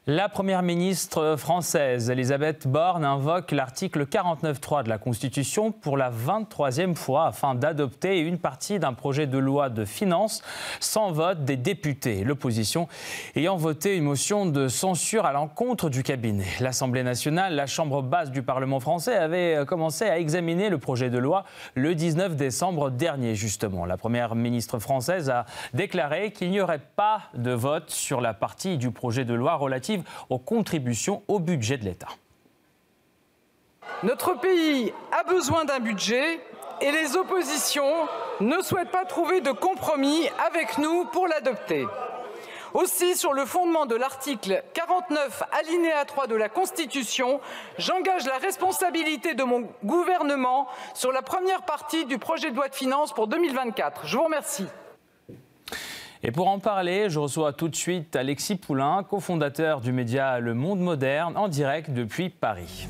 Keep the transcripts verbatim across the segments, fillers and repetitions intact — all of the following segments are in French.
La première ministre française, Elisabeth Borne, invoque l'article quarante-neuf point trois de la Constitution pour la vingt-troisième fois afin d'adopter une partie d'un projet de loi de finances sans vote des députés. L'opposition ayant voté une motion de censure à l'encontre du cabinet. L'Assemblée nationale, la chambre basse du Parlement français, avait commencé à examiner le projet de loi le dix-neuf décembre dernier, justement. La première ministre française a déclaré qu'il n'y aurait pas de vote sur la partie du projet de loi relative aux contributions au budget de l'État. Notre pays a besoin d'un budget et les oppositions ne souhaitent pas trouver de compromis avec nous pour l'adopter. Aussi, sur le fondement de l'article quarante-neuf, alinéa trois de la Constitution, j'engage la responsabilité de mon gouvernement sur la première partie du projet de loi de finances pour deux mille vingt-quatre. Je vous remercie. Et pour en parler, je reçois tout de suite Alexis Poulain, cofondateur du média Le Monde Moderne, en direct depuis Paris.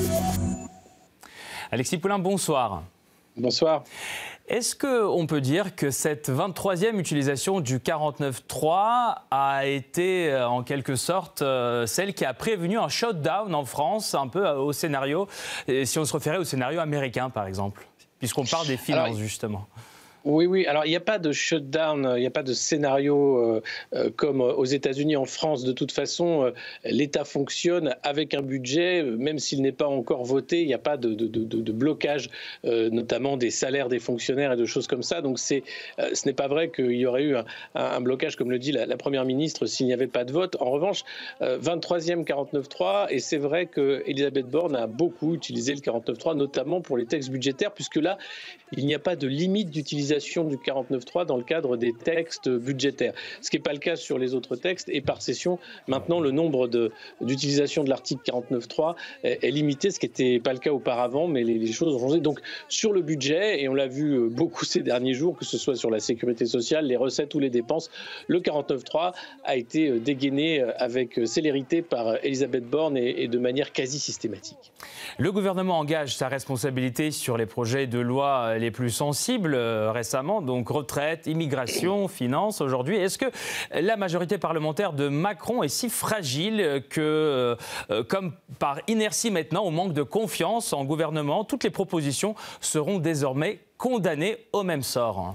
Alexis Poulain, bonsoir. Bonsoir. Est-ce qu'on peut dire que cette vingt-troisième utilisation du quarante-neuf point trois a été en quelque sorte celle qui a prévenu un shutdown en France, un peu au scénario, si on se référait au scénario américain par exemple, puisqu'on parle des finances Alors, justement? Oui, oui. Alors, il n'y a pas de shutdown, il n'y a pas de scénario euh, euh, comme aux États-Unis, en France. De toute façon, euh, l'État fonctionne avec un budget, même s'il n'est pas encore voté. Il n'y a pas de, de, de, de blocage, euh, notamment des salaires des fonctionnaires et de choses comme ça. Donc, c'est, euh, ce n'est pas vrai qu'il y aurait eu un, un blocage, comme le dit la, la Première ministre, s'il n'y avait pas de vote. En revanche, euh, vingt-troisième quarante-neuf point trois, et c'est vrai qu'Elisabeth Borne a beaucoup utilisé le quarante-neuf point trois, notamment pour les textes budgétaires, puisque là, il n'y a pas de limite d'utilisation du quarante-neuf point trois dans le cadre des textes budgétaires. Ce qui n'est pas le cas sur les autres textes. Et par session, maintenant, le nombre d'utilisation de, de l'article quarante-neuf point trois est, est limité, ce qui n'était pas le cas auparavant, mais les, les choses ont changé. Donc, sur le budget, et on l'a vu beaucoup ces derniers jours, que ce soit sur la sécurité sociale, les recettes ou les dépenses, le quarante-neuf point trois a été dégainé avec célérité par Elisabeth Borne et, et de manière quasi systématique. Le gouvernement engage sa responsabilité sur les projets de loi les plus sensibles récemment, donc retraite, immigration, finances aujourd'hui. Est-ce que la majorité parlementaire de Macron est si fragile que, euh, comme par inertie maintenant, au manque de confiance en gouvernement, toutes les propositions seront désormais condamnées au même sort?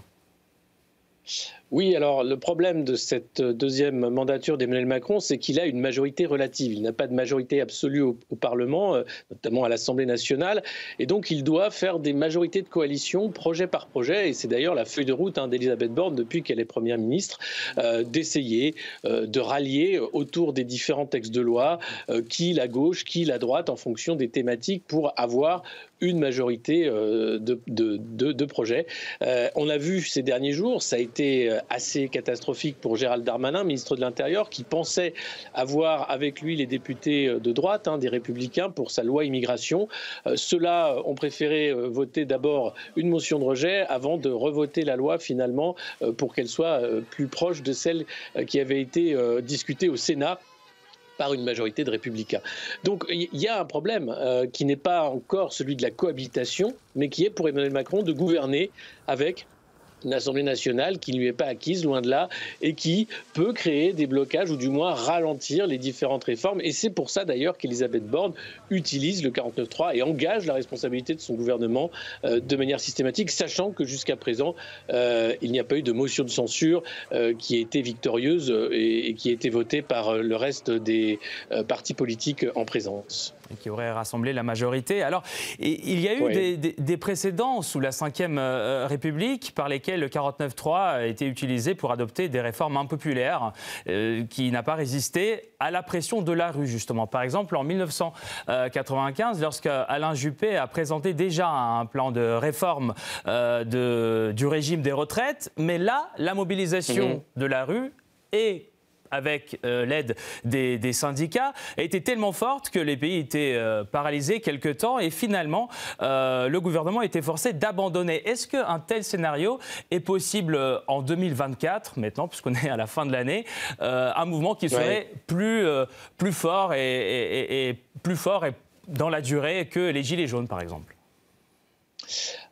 Oui, alors le problème de cette deuxième mandature d'Emmanuel Macron, c'est qu'il a une majorité relative. Il n'a pas de majorité absolue au, au Parlement, euh, notamment à l'Assemblée nationale. Et donc, il doit faire des majorités de coalition, projet par projet. Et c'est d'ailleurs la feuille de route hein, d'Elisabeth Borne, depuis qu'elle est Première ministre, euh, d'essayer euh, de rallier autour des différents textes de loi, euh, qui la gauche, qui la droite, en fonction des thématiques, pour avoir une majorité euh, de, de, de, de projets. Euh, on a vu ces derniers jours, ça a été assez catastrophique pour Gérald Darmanin, ministre de l'Intérieur, qui pensait avoir avec lui les députés de droite, hein, des Républicains, pour sa loi immigration. Euh, Ceux-là ont préféré euh, voter d'abord une motion de rejet avant de revoter la loi finalement euh, pour qu'elle soit euh, plus proche de celle euh, qui avait été euh, discutée au Sénat par une majorité de républicains. Donc il y a un problème euh, qui n'est pas encore celui de la cohabitation, mais qui est pour Emmanuel Macron de gouverner avec une Assemblée nationale qui ne lui est pas acquise, loin de là, et qui peut créer des blocages ou du moins ralentir les différentes réformes. Et c'est pour ça d'ailleurs qu'Elisabeth Borne utilise le quarante-neuf point trois et engage la responsabilité de son gouvernement euh, de manière systématique, sachant que jusqu'à présent, euh, il n'y a pas eu de motion de censure euh, qui a été victorieuse et, et qui a été votée par euh, le reste des euh, partis politiques en présence. Et qui aurait rassemblé la majorité. Alors, il y a eu oui. des, des, des précédents sous la cinquième euh, République par lesquels le quarante-neuf point trois a été utilisé pour adopter des réformes impopulaires euh, qui n'a pas résisté à la pression de la rue, justement. Par exemple, en mille neuf cent quatre-vingt-quinze, lorsque Alain Juppé a présenté déjà un plan de réforme euh, de, du régime des retraites, mais là, la mobilisation mmh. de la rue est avec euh, l'aide des, des syndicats, a été tellement forte que les pays étaient euh, paralysés quelque temps et finalement, euh, le gouvernement a été forcé d'abandonner. Est-ce qu'un tel scénario est possible en deux mille vingt-quatre, maintenant, puisqu'on est à la fin de l'année, euh, un mouvement qui serait ouais. plus, euh, plus fort et, et, et plus fort et dans la durée que les Gilets jaunes, par exemple?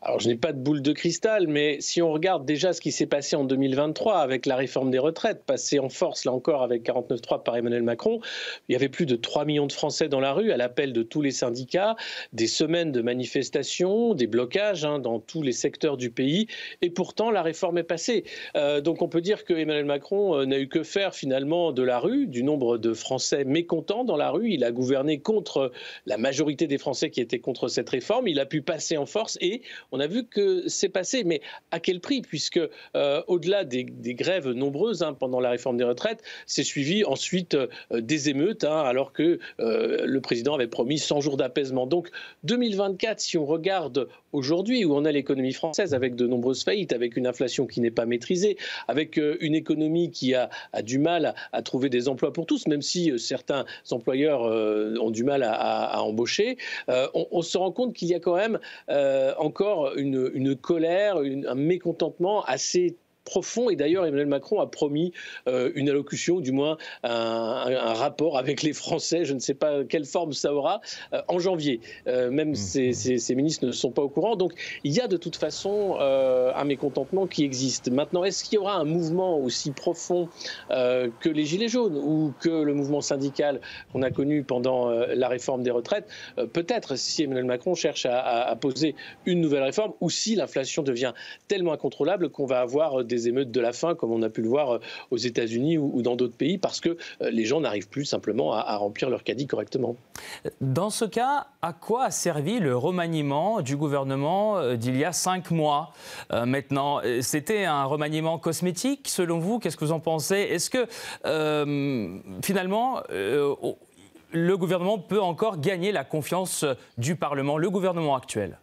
Alors, je n'ai pas de boule de cristal, mais si on regarde déjà ce qui s'est passé en deux mille vingt-trois avec la réforme des retraites, passée en force, là encore, avec quarante-neuf trois par Emmanuel Macron, il y avait plus de trois millions de Français dans la rue, à l'appel de tous les syndicats, des semaines de manifestations, des blocages hein, dans tous les secteurs du pays, et pourtant, la réforme est passée. Euh, donc, on peut dire que Emmanuel Macron euh, n'a eu que faire, finalement, de la rue, du nombre de Français mécontents dans la rue. Il a gouverné contre la majorité des Français qui étaient contre cette réforme. Il a pu passer en force et on a vu que c'est passé, mais à quel prix? Puisque euh, au-delà des, des grèves nombreuses hein, pendant la réforme des retraites, c'est suivi ensuite euh, des émeutes, hein, alors que euh, le président avait promis cent jours d'apaisement. Donc deux mille vingt-quatre, si on regarde aujourd'hui où on a l'économie française, avec de nombreuses faillites, avec une inflation qui n'est pas maîtrisée, avec euh, une économie qui a, a du mal à, à trouver des emplois pour tous, même si euh, certains employeurs euh, ont du mal à, à, à embaucher, euh, on, on se rend compte qu'il y a quand même euh, encore Une, une colère, une, un mécontentement assez profond. Et d'ailleurs, Emmanuel Macron a promis euh, une allocution, ou du moins un, un, un rapport avec les Français, je ne sais pas quelle forme ça aura, euh, en janvier. Euh, même mmh. ces, ces, ces ministres ne sont pas au courant. Donc, il y a de toute façon euh, un mécontentement qui existe. Maintenant, est-ce qu'il y aura un mouvement aussi profond euh, que les Gilets jaunes ou que le mouvement syndical qu'on a connu pendant euh, la réforme des retraites? euh, Peut-être si Emmanuel Macron cherche à, à, à poser une nouvelle réforme, ou si l'inflation devient tellement incontrôlable qu'on va avoir des des émeutes de la faim, comme on a pu le voir aux États-Unis ou dans d'autres pays, parce que les gens n'arrivent plus simplement à, à remplir leur caddie correctement. Dans ce cas, à quoi a servi le remaniement du gouvernement d'il y a cinq mois euh, maintenant? C'était un remaniement cosmétique, selon vous? Qu'est-ce que vous en pensez? Est-ce que, euh, finalement, euh, le gouvernement peut encore gagner la confiance du Parlement, le gouvernement actuel?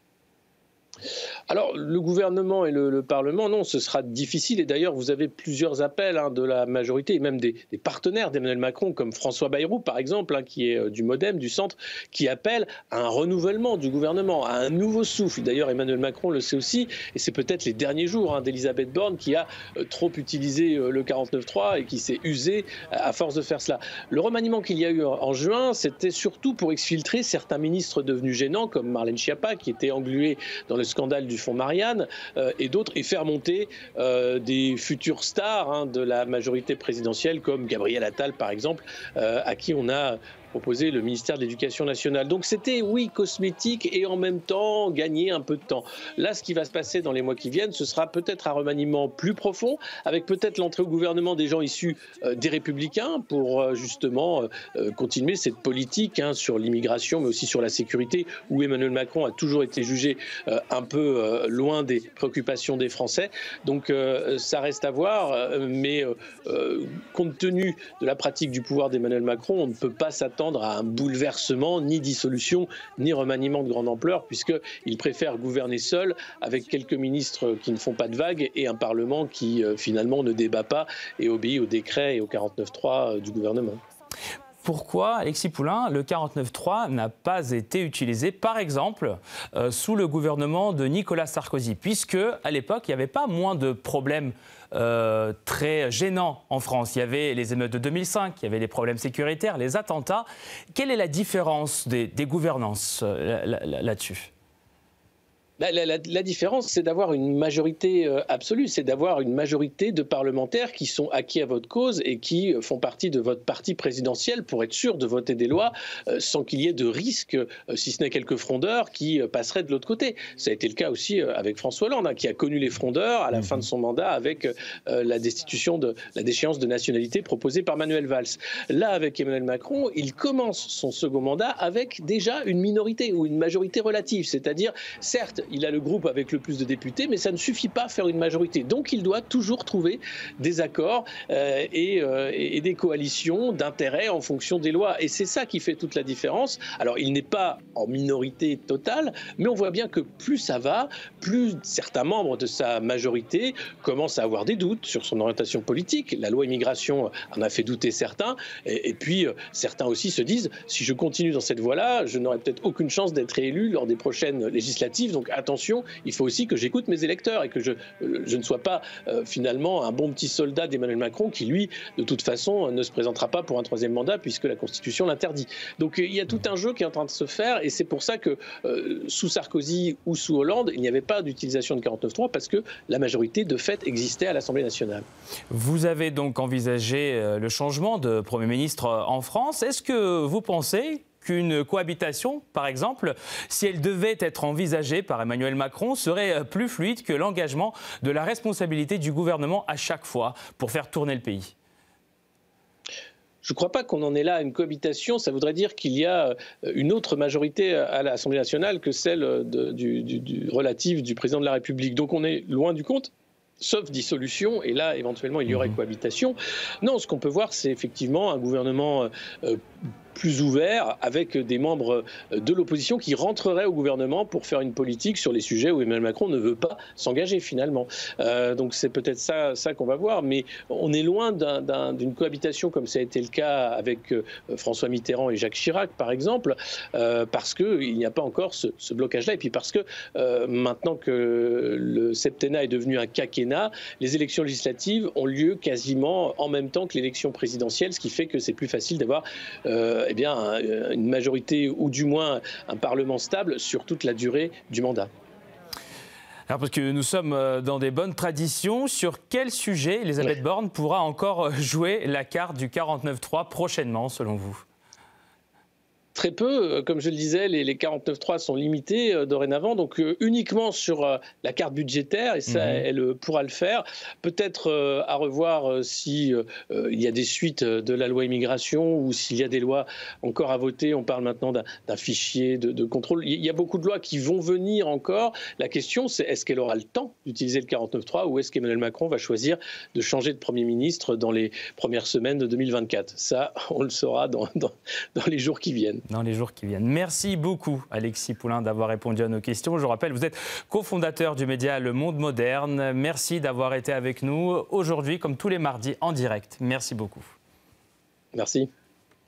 Alors, le gouvernement et le, le Parlement, non, ce sera difficile. Et d'ailleurs, vous avez plusieurs appels hein, de la majorité et même des, des partenaires d'Emmanuel Macron, comme François Bayrou, par exemple, hein, qui est euh, du MoDem, du centre, qui appelle à un renouvellement du gouvernement, à un nouveau souffle. D'ailleurs, Emmanuel Macron le sait aussi. Et c'est peut-être les derniers jours hein, d'Elisabeth Borne qui a euh, trop utilisé euh, le quarante-neuf trois et qui s'est usé euh, à force de faire cela. Le remaniement qu'il y a eu en, en juin, c'était surtout pour exfiltrer certains ministres devenus gênants, comme Marlène Schiappa, qui était engluée dans le scandale du fonds Marianne euh, et d'autres, et faire monter euh, des futures stars hein, de la majorité présidentielle, comme Gabriel Attal par exemple, euh, à qui on a proposé le ministère de l'Éducation nationale. Donc c'était, oui, cosmétique et en même temps gagner un peu de temps. Là, ce qui va se passer dans les mois qui viennent, ce sera peut-être un remaniement plus profond, avec peut-être l'entrée au gouvernement des gens issus euh, des Républicains pour euh, justement euh, continuer cette politique hein, sur l'immigration, mais aussi sur la sécurité, où Emmanuel Macron a toujours été jugé euh, un peu euh, loin des préoccupations des Français. Donc euh, ça reste à voir, euh, mais euh, euh, compte tenu de la pratique du pouvoir d'Emmanuel Macron, on ne peut pas s'attendre à un bouleversement, ni dissolution, ni remaniement de grande ampleur, puisqu'il préfère gouverner seul, avec quelques ministres qui ne font pas de vagues, et un Parlement qui, euh, finalement, ne débat pas et obéit aux décrets et au quarante-neuf trois euh, du gouvernement. Pourquoi, Alexis Poulain, le quarante-neuf trois n'a pas été utilisé, par exemple, euh, sous le gouvernement de Nicolas Sarkozy, puisque à l'époque, il n'y avait pas moins de problèmes euh, très gênants en France. Il y avait les émeutes de deux mille cinq, il y avait les problèmes sécuritaires, les attentats. Quelle est la différence des, des gouvernances euh, là-dessus ? La, la, la différence, c'est d'avoir une majorité euh, absolue, c'est d'avoir une majorité de parlementaires qui sont acquis à votre cause et qui font partie de votre parti présidentiel pour être sûr de voter des lois euh, sans qu'il y ait de risque, euh, si ce n'est quelques frondeurs qui euh, passeraient de l'autre côté. Ça a été le cas aussi euh, avec François Hollande, hein, qui a connu les frondeurs à la mmh. fin de son mandat avec euh, la destitution de la déchéance de nationalité proposée par Manuel Valls. Là, avec Emmanuel Macron, il commence son second mandat avec déjà une minorité ou une majorité relative, c'est-à-dire, certes, il a le groupe avec le plus de députés, mais ça ne suffit pas à faire une majorité. Donc il doit toujours trouver des accords euh, et, euh, et des coalitions d'intérêts en fonction des lois. Et c'est ça qui fait toute la différence. Alors il n'est pas en minorité totale, mais on voit bien que plus ça va, plus certains membres de sa majorité commencent à avoir des doutes sur son orientation politique. La loi immigration en a fait douter certains. Et, et puis euh, certains aussi se disent, si je continue dans cette voie-là, je n'aurai peut-être aucune chance d'être réélu lors des prochaines législatives. Donc attention, il faut aussi que j'écoute mes électeurs et que je, je ne sois pas euh, finalement un bon petit soldat d'Emmanuel Macron qui, lui, de toute façon, ne se présentera pas pour un troisième mandat puisque la Constitution l'interdit. Donc il y a tout un jeu qui est en train de se faire et c'est pour ça que euh, sous Sarkozy ou sous Hollande, il n'y avait pas d'utilisation de quarante-neuf trois parce que la majorité, de fait, existait à l'Assemblée nationale. Vous avez donc envisagé le changement de Premier ministre en France. Est-ce que vous pensez qu'une cohabitation, par exemple, si elle devait être envisagée par Emmanuel Macron, serait plus fluide que l'engagement de la responsabilité du gouvernement à chaque fois pour faire tourner le pays ? Je ne crois pas qu'on en est là à une cohabitation. Ça voudrait dire qu'il y a une autre majorité à l'Assemblée nationale que celle de, du, du, du, relative du président de la République. Donc on est loin du compte. Sauf dissolution, et là, éventuellement, il y aurait cohabitation. Non, ce qu'on peut voir, c'est effectivement un gouvernement euh, plus ouvert, avec des membres de l'opposition qui rentreraient au gouvernement pour faire une politique sur les sujets où Emmanuel Macron ne veut pas s'engager, finalement. Euh, donc c'est peut-être ça, ça qu'on va voir, mais on est loin d'un, d'un, d'une cohabitation comme ça a été le cas avec euh, François Mitterrand et Jacques Chirac, par exemple, euh, parce qu'il n'y a pas encore ce, ce blocage-là, et puis parce que euh, maintenant que le septennat est devenu un quinquennat, les élections législatives ont lieu quasiment en même temps que l'élection présidentielle, ce qui fait que c'est plus facile d'avoir euh, eh bien, une majorité ou du moins un Parlement stable sur toute la durée du mandat. Alors parce que nous sommes dans des bonnes traditions, sur quel sujet Elisabeth ouais. Borne pourra encore jouer la carte du quarante-neuf trois prochainement, selon vous ? Très peu, comme je le disais, les, les quarante-neuf trois sont limités euh, dorénavant, donc euh, uniquement sur euh, la carte budgétaire, et ça, mmh. elle, elle pourra le faire. Peut-être euh, à revoir euh, si euh, il y a des suites de la loi immigration ou s'il y a des lois encore à voter. On parle maintenant d'un, d'un fichier de, de contrôle. Il y a beaucoup de lois qui vont venir encore. La question, c'est est-ce qu'elle aura le temps d'utiliser le quarante-neuf trois ou est-ce qu'Emmanuel Macron va choisir de changer de Premier ministre dans les premières semaines de deux mille vingt-quatre ? Ça, on le saura dans, dans, dans les jours qui viennent. Dans les jours qui viennent. Merci beaucoup, Alexis Poulain, d'avoir répondu à nos questions. Je rappelle, vous êtes cofondateur du média Le Monde Moderne. Merci d'avoir été avec nous aujourd'hui, comme tous les mardis, en direct. Merci beaucoup. Merci.